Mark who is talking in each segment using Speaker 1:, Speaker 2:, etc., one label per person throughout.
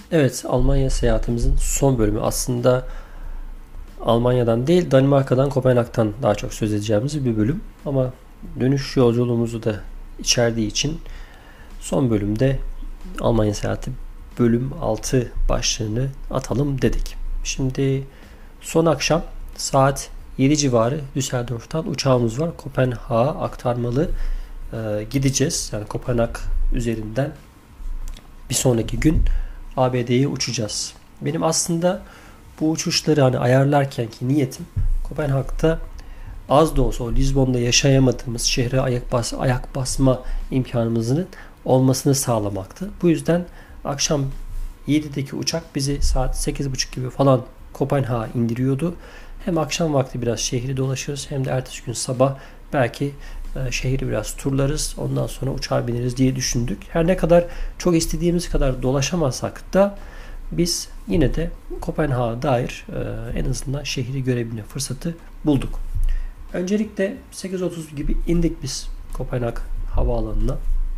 Speaker 1: Evet, Almanya seyahatimizin son bölümü aslında Almanya'dan değil Danimarka'dan Kopenhag'dan daha çok söz edeceğimiz bir bölüm. Ama dönüş yolculuğumuzu da içerdiği için son bölümde Almanya seyahati bölüm 6 başlığını atalım dedik. Şimdi son akşam saat 7 civarı Düsseldorf'tan uçağımız var. Kopenhag'a aktarmalı gideceğiz. Yani Kopenhag üzerinden bir sonraki gün ABD'ye uçacağız. Benim aslında bu uçuşları ayarlarken ki niyetim Kopenhag'da az da olsa o Lizbon'da yaşayamadığımız şehre ayak basma imkanımızın olmasını sağlamaktı. Bu yüzden akşam 7'deki uçak bizi saat 8.30 gibi falan Kopenhag'a indiriyordu. Hem akşam vakti biraz şehri dolaşırız hem de ertesi gün sabah belki şehri biraz turlarız. Ondan sonra uçağa bineriz diye düşündük. Her ne kadar çok istediğimiz kadar dolaşamasak da biz yine de Kopenhag'a dair en azından şehri görebilme fırsatı bulduk. Öncelikle 8.30 gibi indik biz Kopenhag havaalanına.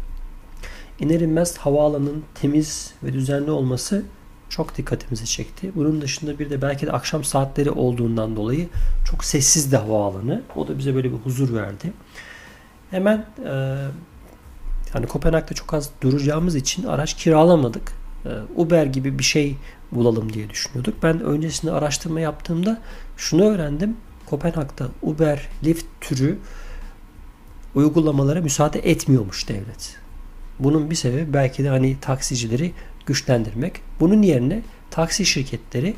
Speaker 1: İner inmez havaalanının temiz ve düzenli olması çok dikkatimizi çekti. Bunun dışında bir de belki de akşam saatleri olduğundan dolayı çok sessiz de havaalanı. O da bize böyle bir huzur verdi. Hemen Kopenhag'da çok az duracağımız için araç kiralamadık. Uber gibi bir şey bulalım diye düşünüyorduk. Ben öncesinde araştırma yaptığımda şunu öğrendim. Kopenhag'da Uber, Lyft türü uygulamalara müsaade etmiyormuş devlet. Bunun bir sebebi belki de taksicileri güçlendirmek. Bunun yerine taksi şirketleri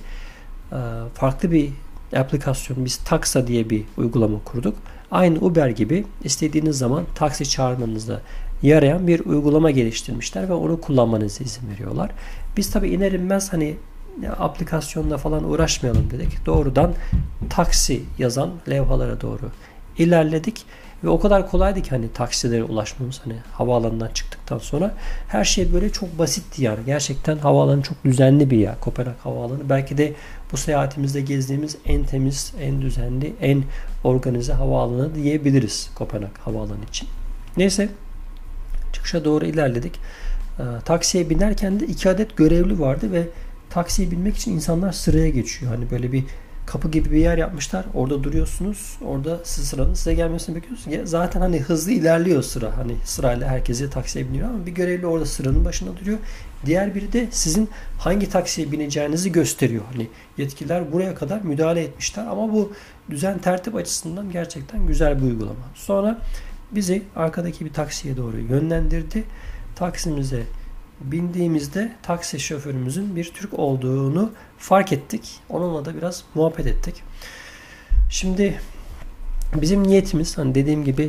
Speaker 1: farklı bir aplikasyon, biz Taxa diye bir uygulama kurduk. Aynı Uber gibi istediğiniz zaman taksi çağırmanızda yarayan bir uygulama geliştirmişler ve onu kullanmanıza izin veriyorlar. Biz tabi iner inmez aplikasyonla falan uğraşmayalım dedik. Doğrudan taksi yazan levhalara doğru ilerledik. Ve o kadar kolaydı ki taksilere ulaşmamız havaalanından çıktıktan sonra her şey böyle çok basitti yani. Gerçekten havaalanı çok düzenli bir yer. Kopenhag havaalanı belki de bu seyahatimizde gezdiğimiz en temiz, en düzenli, en organize havaalanı diyebiliriz Kopenhag havaalanı için. Neyse çıkışa doğru ilerledik. Taksiye binerken de 2 adet görevli vardı ve taksiye binmek için insanlar sıraya geçiyor. Böyle bir kapı gibi bir yer yapmışlar. Orada duruyorsunuz. Orada sıranın size gelmesini bekliyorsunuz. Zaten hızlı ilerliyor sıra. Sırayla herkese taksiye biniyor ama bir görevli orada sıranın başında duruyor. Diğer biri de sizin hangi taksiye bineceğinizi gösteriyor. Yetkililer buraya kadar müdahale etmişler ama bu düzen tertip açısından gerçekten güzel bir uygulama. Sonra bizi arkadaki bir taksiye doğru yönlendirdi. Taksimize bindiğimizde taksi şoförümüzün bir Türk olduğunu fark ettik. Onunla da biraz muhabbet ettik. Şimdi bizim niyetimiz dediğim gibi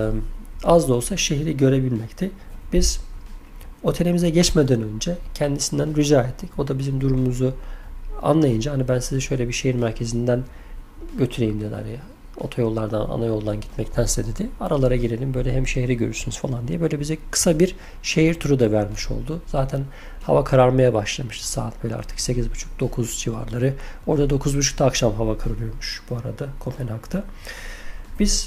Speaker 1: az da olsa şehri görebilmekti. Biz otelimize geçmeden önce kendisinden rica ettik. O da bizim durumumuzu anlayınca ben sizi şöyle bir şehir merkezinden götüreyim dediler ya. Otoyollardan, ana yoldan gitmektense dedi. Aralara girelim böyle hem şehri görürsünüz falan diye. Böyle bize kısa bir şehir turu da vermiş oldu. Zaten hava kararmaya başlamıştı. Saat böyle artık 8.30-9 civarları. Orada 9.30'da akşam hava kararıyormuş bu arada Kopenhag'da. Biz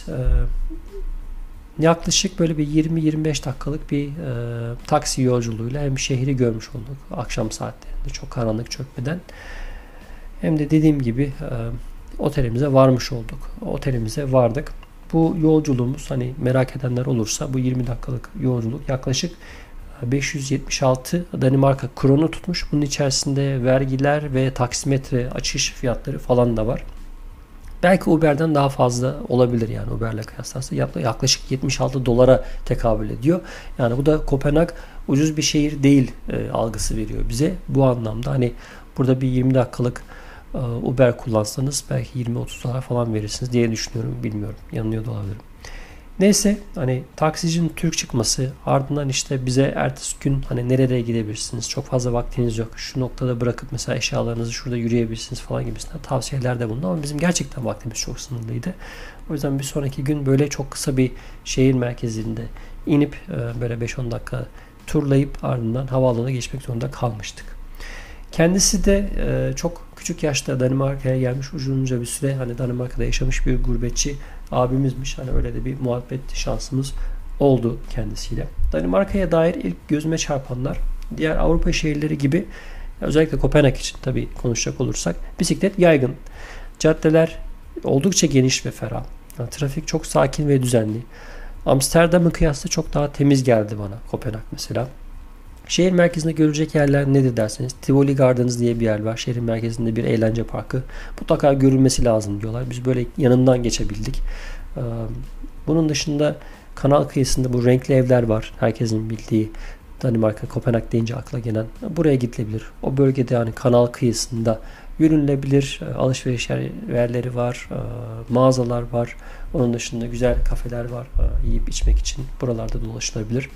Speaker 1: yaklaşık böyle bir 20-25 dakikalık bir taksi yolculuğuyla hem şehri görmüş olduk. Akşam saatlerinde çok karanlık çökmeden. Hem de dediğim gibi otelimize varmış olduk. Otelimize vardık. Bu yolculuğumuz merak edenler olursa bu 20 dakikalık yolculuk yaklaşık 576 Danimarka kronu tutmuş. Bunun içerisinde vergiler ve taksimetre açış fiyatları falan da var. Belki Uber'den daha fazla olabilir Uber'le kıyaslarsa. Yaklaşık 76 dolara tekabül ediyor. Bu da Kopenhag ucuz bir şehir değil algısı veriyor bize. Bu anlamda burada bir 20 dakikalık Uber kullansanız belki 20-30 dolar falan verirsiniz diye düşünüyorum. Bilmiyorum. Yanılıyor da olabilirim. Neyse taksicinin Türk çıkması ardından bize ertesi gün nereye gidebilirsiniz? Çok fazla vaktiniz yok. Şu noktada bırakıp mesela eşyalarınızı şurada yürüyebilirsiniz falan gibisinden tavsiyeler de bulundu ama bizim gerçekten vaktimiz çok sınırlıydı. O yüzden bir sonraki gün böyle çok kısa bir şehir merkezinde inip böyle 5-10 dakika turlayıp ardından havaalanına geçmek zorunda kalmıştık. Kendisi de çok küçük yaşta Danimarka'ya gelmiş uzunca bir süre Danimarka'da yaşamış bir gurbetçi abimizmiş. Öyle de bir muhabbet şansımız oldu kendisiyle. Danimarka'ya dair ilk gözüme çarpanlar diğer Avrupa şehirleri gibi Özellikle Kopenhag için tabii konuşacak olursak bisiklet yaygın. Caddeler oldukça geniş ve ferah. Yani trafik çok sakin ve düzenli. Amsterdam'a kıyasla çok daha temiz geldi bana Kopenhag mesela. Şehir merkezinde görülecek yerler nedir derseniz, Tivoli Gardens diye bir yer var. Şehrin merkezinde bir eğlence parkı. Mutlaka görülmesi lazım diyorlar. Biz böyle yanından geçebildik. Bunun dışında kanal kıyısında bu renkli evler var. Herkesin bildiği, Danimarka, Kopenhag deyince akla gelen. Buraya gidilebilir. O bölgede yani kanal kıyısında yürünülebilir. Alışveriş yerleri var. Mağazalar var. Onun dışında güzel kafeler var. Yiyip içmek için buralarda dolaşılabilir.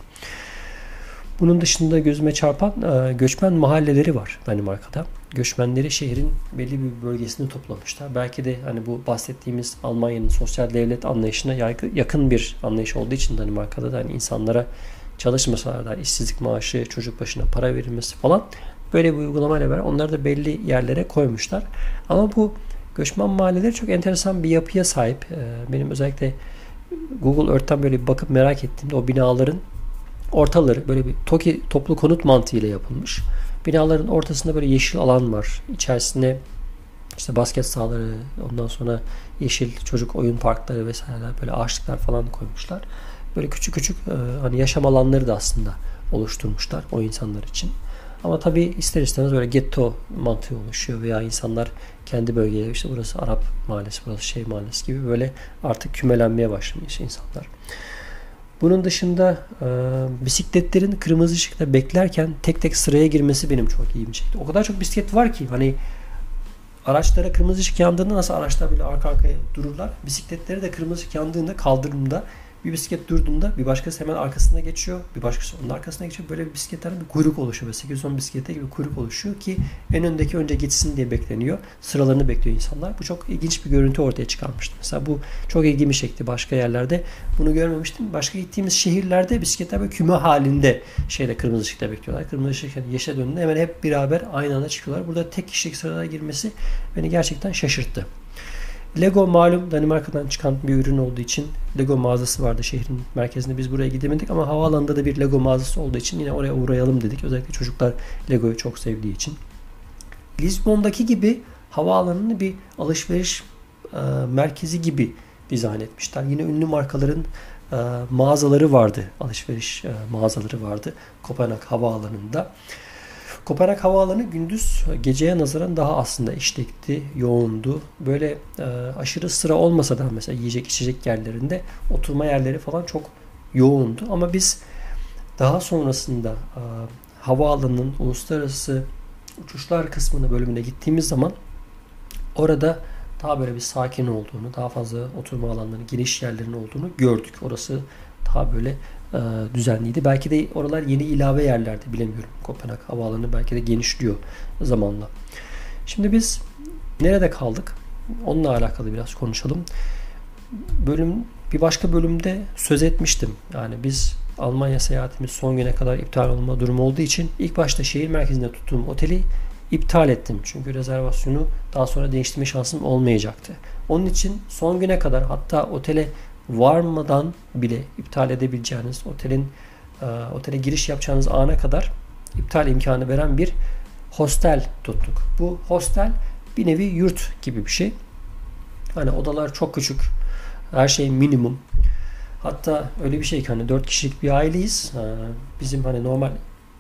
Speaker 1: Bunun dışında gözüme çarpan göçmen mahalleleri var Danimarka'da. Göçmenleri şehrin belli bir bölgesini toplamışlar. Belki de hani bu bahsettiğimiz Almanya'nın sosyal devlet anlayışına yakın bir anlayış olduğu için Danimarka'da da hani insanlara çalışmasalar da işsizlik maaşı, çocuk başına para verilmesi falan böyle bir uygulamayla beraber onları da belli yerlere koymuşlar. Ama bu göçmen mahalleleri çok enteresan bir yapıya sahip. Benim özellikle Google Earth'ten böyle bir bakıp merak ettiğimde o binaların ortaları böyle bir TOKİ toplu konut mantığıyla yapılmış. Binaların ortasında böyle yeşil alan var. İçerisine işte basket sahaları, ondan sonra yeşil çocuk oyun parkları vesaireler, böyle ağaçlıklar falan koymuşlar. Böyle küçük küçük hani yaşam alanları da aslında oluşturmuşlar o insanlar için. Ama tabii ister istemez böyle getto mantığı oluşuyor veya insanlar kendi bölgeye, işte burası Arap mahallesi, burası şey mahallesi gibi böyle artık kümelenmeye başlamış insanlar. Bunun dışında bisikletlerin kırmızı ışıkta beklerken tek tek sıraya girmesi benim çok ilgimi çekti. O kadar çok bisiklet var ki hani araçlara kırmızı ışık yandığında nasıl araçlar böyle arka arkaya dururlar. Bisikletleri de kırmızı ışık yandığında kaldırımda bir bisiklet durduğunda bir başkası hemen arkasına geçiyor. Bir başkası onun arkasına geçiyor. Böyle bir bisikletlerin bir kuyruk oluşuyor. Böyle 810 bisiklete gibi kuyruk oluşuyor ki en öndeki önce geçsin diye bekleniyor. Sıralarını bekliyor insanlar. Bu çok ilginç bir görüntü ortaya çıkarmıştı. Mesela bu çok ilgimi çekti. Başka yerlerde bunu görmemiştim. Başka gittiğimiz şehirlerde bisikletler böyle küme halinde kırmızı ışıkta bekliyorlar. Kırmızı ışık yani yeşile döndüğünde hemen hep beraber aynı anda çıkıyorlar. Burada tek kişilik sıralara girmesi beni gerçekten şaşırttı. Lego malum Danimarka'dan çıkan bir ürün olduğu için Lego mağazası vardı şehrin merkezinde. Biz buraya gidemedik ama havaalanında da bir Lego mağazası olduğu için yine oraya uğrayalım dedik. Özellikle çocuklar Lego'yu çok sevdiği için. Lisbon'daki gibi havaalanını bir alışveriş merkezi gibi dizayn etmişler. Yine ünlü markaların mağazaları vardı. Alışveriş mağazaları vardı Kopenhag havaalanında. Kopenhag Havaalanı gündüz geceye nazaran daha aslında işlekti, yoğundu. Böyle aşırı sıra olmasa da mesela yiyecek içecek yerlerinde oturma yerleri falan çok yoğundu. Ama biz daha sonrasında havaalanının uluslararası uçuşlar kısmına bölümüne gittiğimiz zaman orada daha böyle bir sakin olduğunu, daha fazla oturma alanlarının, geniş yerlerin olduğunu gördük. Orası daha böyle düzenliydi. Belki de oralar yeni ilave yerlerdi, bilemiyorum. Kopenhag Havaalanı belki de genişliyor zamanla. Şimdi biz nerede kaldık? Onunla alakalı biraz konuşalım. Bir başka bölümde söz etmiştim. Yani biz Almanya seyahatimiz son güne kadar iptal olma durumu olduğu için ilk başta şehir merkezinde tuttuğum oteli iptal ettim. Çünkü rezervasyonu daha sonra değiştirme şansım olmayacaktı. Onun için son güne kadar, hatta otele varmadan bile iptal edebileceğiniz, otele giriş yapacağınız ana kadar iptal imkanı veren bir hostel tuttuk. Bu hostel bir nevi yurt gibi bir şey. Hani odalar çok küçük. Her şey minimum. Hatta öyle bir şey ki hani 4 kişilik bir aileyiz. Bizim hani normal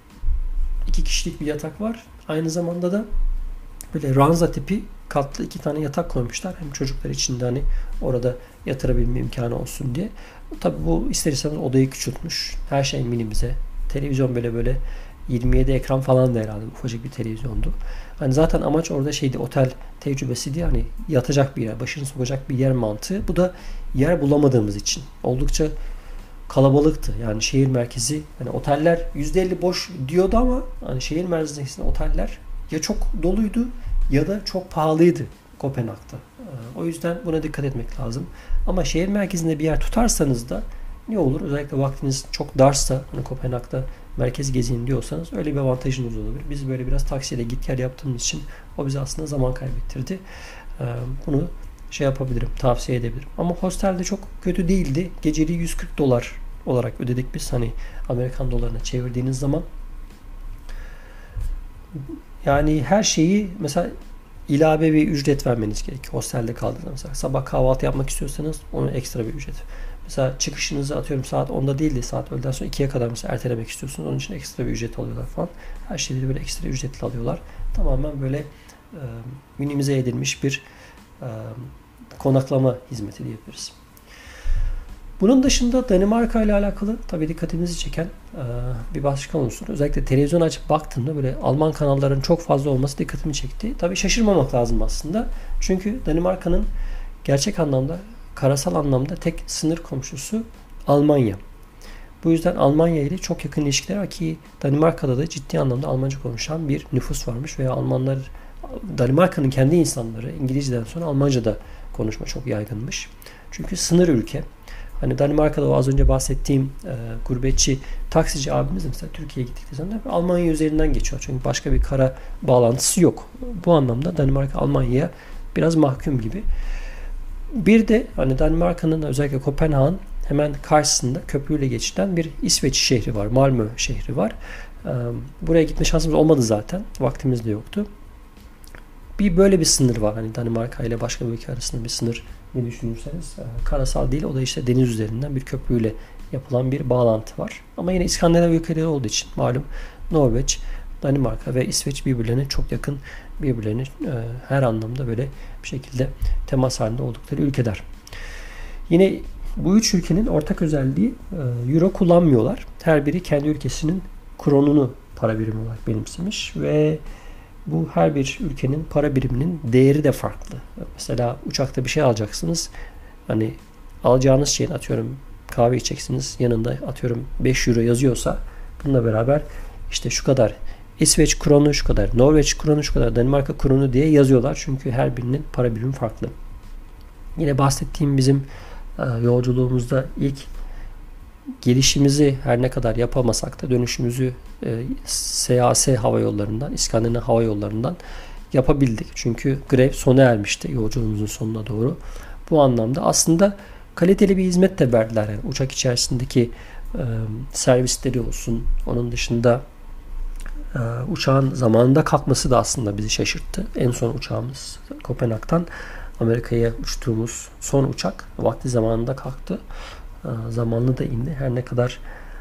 Speaker 1: 2 kişilik bir yatak var. Aynı zamanda da böyle ranza tipi katlı 2 tane yatak koymuşlar. Hem çocuklar için de hani orada yatırabilme imkanı olsun diye. Tabii bu ister istemez odayı küçültmüş. Her şey minimize. Televizyon böyle 27 ekran falan da herhalde. Ufacık bir televizyondu. Hani zaten amaç orada otel tecrübesi diye, hani yatacak bir yer, başını sokacak bir yer mantığı. Bu da yer bulamadığımız için oldukça kalabalıktı. Yani şehir merkezi, hani oteller %50 boş diyordu ama hani şehir merkezindeki oteller ya çok doluydu ya da çok pahalıydı Kopenhag'da. O yüzden buna dikkat etmek lazım. Ama şehir merkezinde bir yer tutarsanız da ne olur? Özellikle vaktiniz çok darsa, hani Kopenhag'da merkez gezin diyorsanız öyle bir avantajınız olabilir. Biz böyle biraz taksiyle git gel yaptığımız için o bize aslında zaman kaybettirdi. Bunu yapabilirim, tavsiye edebilirim. Ama hostelde çok kötü değildi. Geceliği $140 olarak ödedik biz. Hani Amerikan dolarına çevirdiğiniz zaman Yani her şeyi mesela ilave bir ücret vermeniz gerekiyor. Hostelde kaldığınızda mesela sabah kahvaltı yapmak istiyorsanız onun ekstra bir ücret. Mesela çıkışınızı atıyorum saat 10'da değil de saat öğleden sonra 2'ye kadar mesela ertelemek istiyorsunuz. Onun için ekstra bir ücret alıyorlar falan. Her şeyleri böyle ekstra ücretli alıyorlar. Tamamen böyle minimize edilmiş bir konaklama hizmeti diyebiliriz. Bunun dışında Danimarka ile alakalı tabii dikkatimizi çeken bir başka unsur. Özellikle televizyon açıp baktığımda böyle Alman kanalların çok fazla olması dikkatimi çekti. Tabii şaşırmamak lazım aslında. Çünkü Danimarka'nın gerçek anlamda, karasal anlamda tek sınır komşusu Almanya. Bu yüzden Almanya ile çok yakın ilişkiler var ki Danimarka'da da ciddi anlamda Almanca konuşan bir nüfus varmış veya Almanlar, Danimarka'nın kendi insanları İngilizceden sonra Almanca da konuşma çok yaygınmış. Çünkü sınır ülke. Hani Danimarka'da o az önce bahsettiğim gurbetçi taksici abimiz de mesela Türkiye'ye gittikleri zaman Almanya üzerinden geçiyor. Çünkü başka bir kara bağlantısı yok. Bu anlamda Danimarka Almanya'ya biraz mahkum gibi. Bir de hani Danimarka'nın özellikle Kopenhag'ın hemen karşısında köprüyle geçilen bir İsveç şehri var. Malmö şehri var. Buraya gitme şansımız olmadı zaten. Vaktimiz de yoktu. Böyle bir sınır var. Hani Danimarka ile başka bir ülke arasında bir sınır ne düşünürseniz. Karasal değil. O da işte deniz üzerinden bir köprüyle yapılan bir bağlantı var. Ama yine İskandinav ülkeleri olduğu için malum Norveç, Danimarka ve İsveç birbirlerine çok yakın, birbirlerine her anlamda böyle bir şekilde temas halinde oldukları ülkeler. Yine bu üç ülkenin ortak özelliği euro kullanmıyorlar. Her biri kendi ülkesinin kronunu para birimi olarak benimsemiş ve bu her bir ülkenin para biriminin değeri de farklı. Mesela uçakta bir şey alacaksınız. Hani alacağınız şeyin atıyorum kahve içeceksiniz. Yanında atıyorum 5 euro yazıyorsa bununla beraber işte şu kadar İsveç kronu, şu kadar Norveç kronu, şu kadar Danimarka kronu diye yazıyorlar. Çünkü her birinin para birimi farklı. Yine bahsettiğim bizim yolculuğumuzda ilk gelişimizi her ne kadar yapamasak da dönüşümüzü SAS hava yollarından, İskandinav hava yollarından yapabildik. Çünkü grev sona ermişti yolculuğumuzun sonuna doğru. Bu anlamda aslında kaliteli bir hizmet de verdiler. Yani uçak içerisindeki servisleri olsun. Onun dışında uçağın zamanında kalkması da aslında bizi şaşırttı. En son uçağımız Kopenhag'dan Amerika'ya uçtuğumuz son uçak vakti zamanında kalktı. Zamanlı da indi. Her ne kadar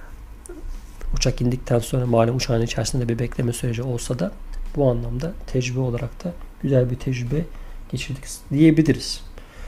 Speaker 1: uçak indikten sonra malum uçağın içerisinde bir bekleme süreci olsa da bu anlamda tecrübe olarak da güzel bir tecrübe geçirdik diyebiliriz.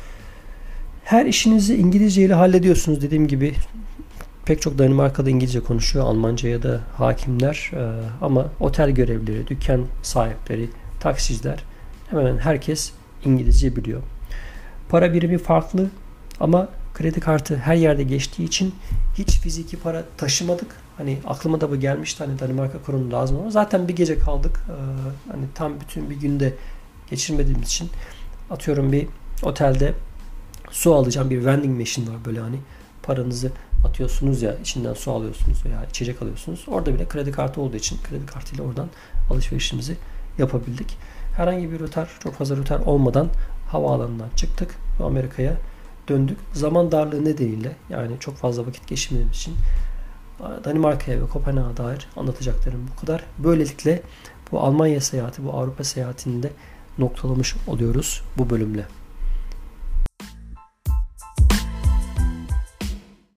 Speaker 1: Her işinizi İngilizce ile hallediyorsunuz. Dediğim gibi pek çok Danimarka'da İngilizce konuşuyor. Almanca'ya da hakimler. Ama otel görevlileri, dükkan sahipleri, taksiciler hemen herkes İngilizce biliyor. Para birimi farklı ama kredi kartı her yerde geçtiği için hiç fiziki para taşımadık. Hani aklıma da bu gelmişti. Hani Danimarka kronu lazım ama zaten bir gece kaldık. Hani tam bütün bir günde geçirmediğimiz için atıyorum bir otelde su alacağım bir vending machine var böyle hani paranızı atıyorsunuz ya içinden su alıyorsunuz veya içecek alıyorsunuz. Orada bile kredi kartı olduğu için kredi kartıyla oradan alışverişimizi yapabildik. Herhangi bir rötar, çok fazla rötar olmadan havaalanından çıktık ve Amerika'ya döndük. Zaman darlığı nedeniyle yani çok fazla vakit geçirmediğimiz için Danimarka'ya ve Kopenhag'a dair anlatacaklarım bu kadar. Böylelikle bu Almanya seyahati, bu Avrupa seyahatini de noktalamış oluyoruz bu bölümle.